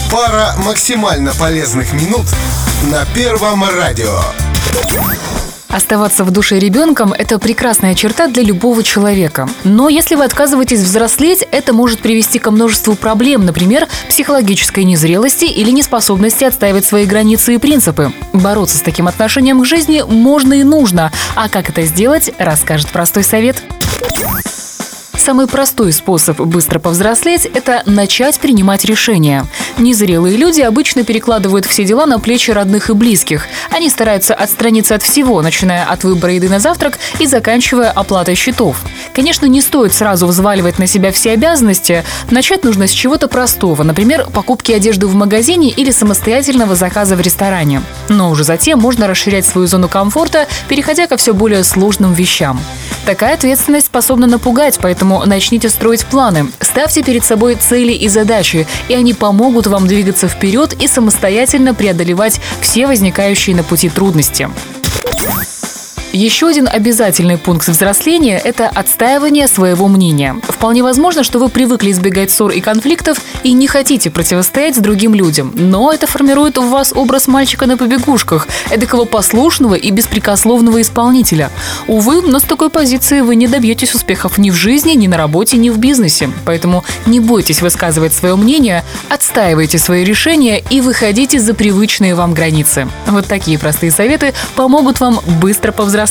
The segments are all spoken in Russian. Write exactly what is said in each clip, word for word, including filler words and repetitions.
Пара максимально полезных минут на Первом радио. Оставаться в душе ребенком – это прекрасная черта для любого человека. Но если вы отказываетесь взрослеть, это может привести ко множеству проблем, например, психологической незрелости или неспособности отстаивать свои границы и принципы. Бороться с таким отношением к жизни можно и нужно. А как это сделать, расскажет простой совет. Самый простой способ быстро повзрослеть – это начать принимать решения. Незрелые люди обычно перекладывают все дела на плечи родных и близких. Они стараются отстраниться от всего, начиная от выбора еды на завтрак и заканчивая оплатой счетов. Конечно, не стоит сразу взваливать на себя все обязанности. Начать нужно с чего-то простого, например, покупки одежды в магазине или самостоятельного заказа в ресторане. Но уже затем можно расширять свою зону комфорта, переходя ко все более сложным вещам. Такая ответственность способна напугать, поэтому начните строить планы. Ставьте перед собой цели и задачи, и они помогут вам двигаться вперед и самостоятельно преодолевать все возникающие на пути трудности. Еще один обязательный пункт взросления – это отстаивание своего мнения. Вполне возможно, что вы привыкли избегать ссор и конфликтов и не хотите противостоять с другим людям. Но это формирует в вас образ мальчика на побегушках, эдакого послушного и беспрекословного исполнителя. Увы, но с такой позиции вы не добьетесь успехов ни в жизни, ни на работе, ни в бизнесе. Поэтому не бойтесь высказывать свое мнение, отстаивайте свои решения и выходите за привычные вам границы. Вот такие простые советы помогут вам быстро повзрослеть.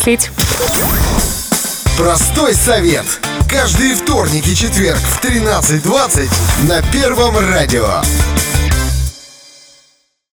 Простой совет. Каждый вторник и четверг в тринадцать двадцать на Первом радио.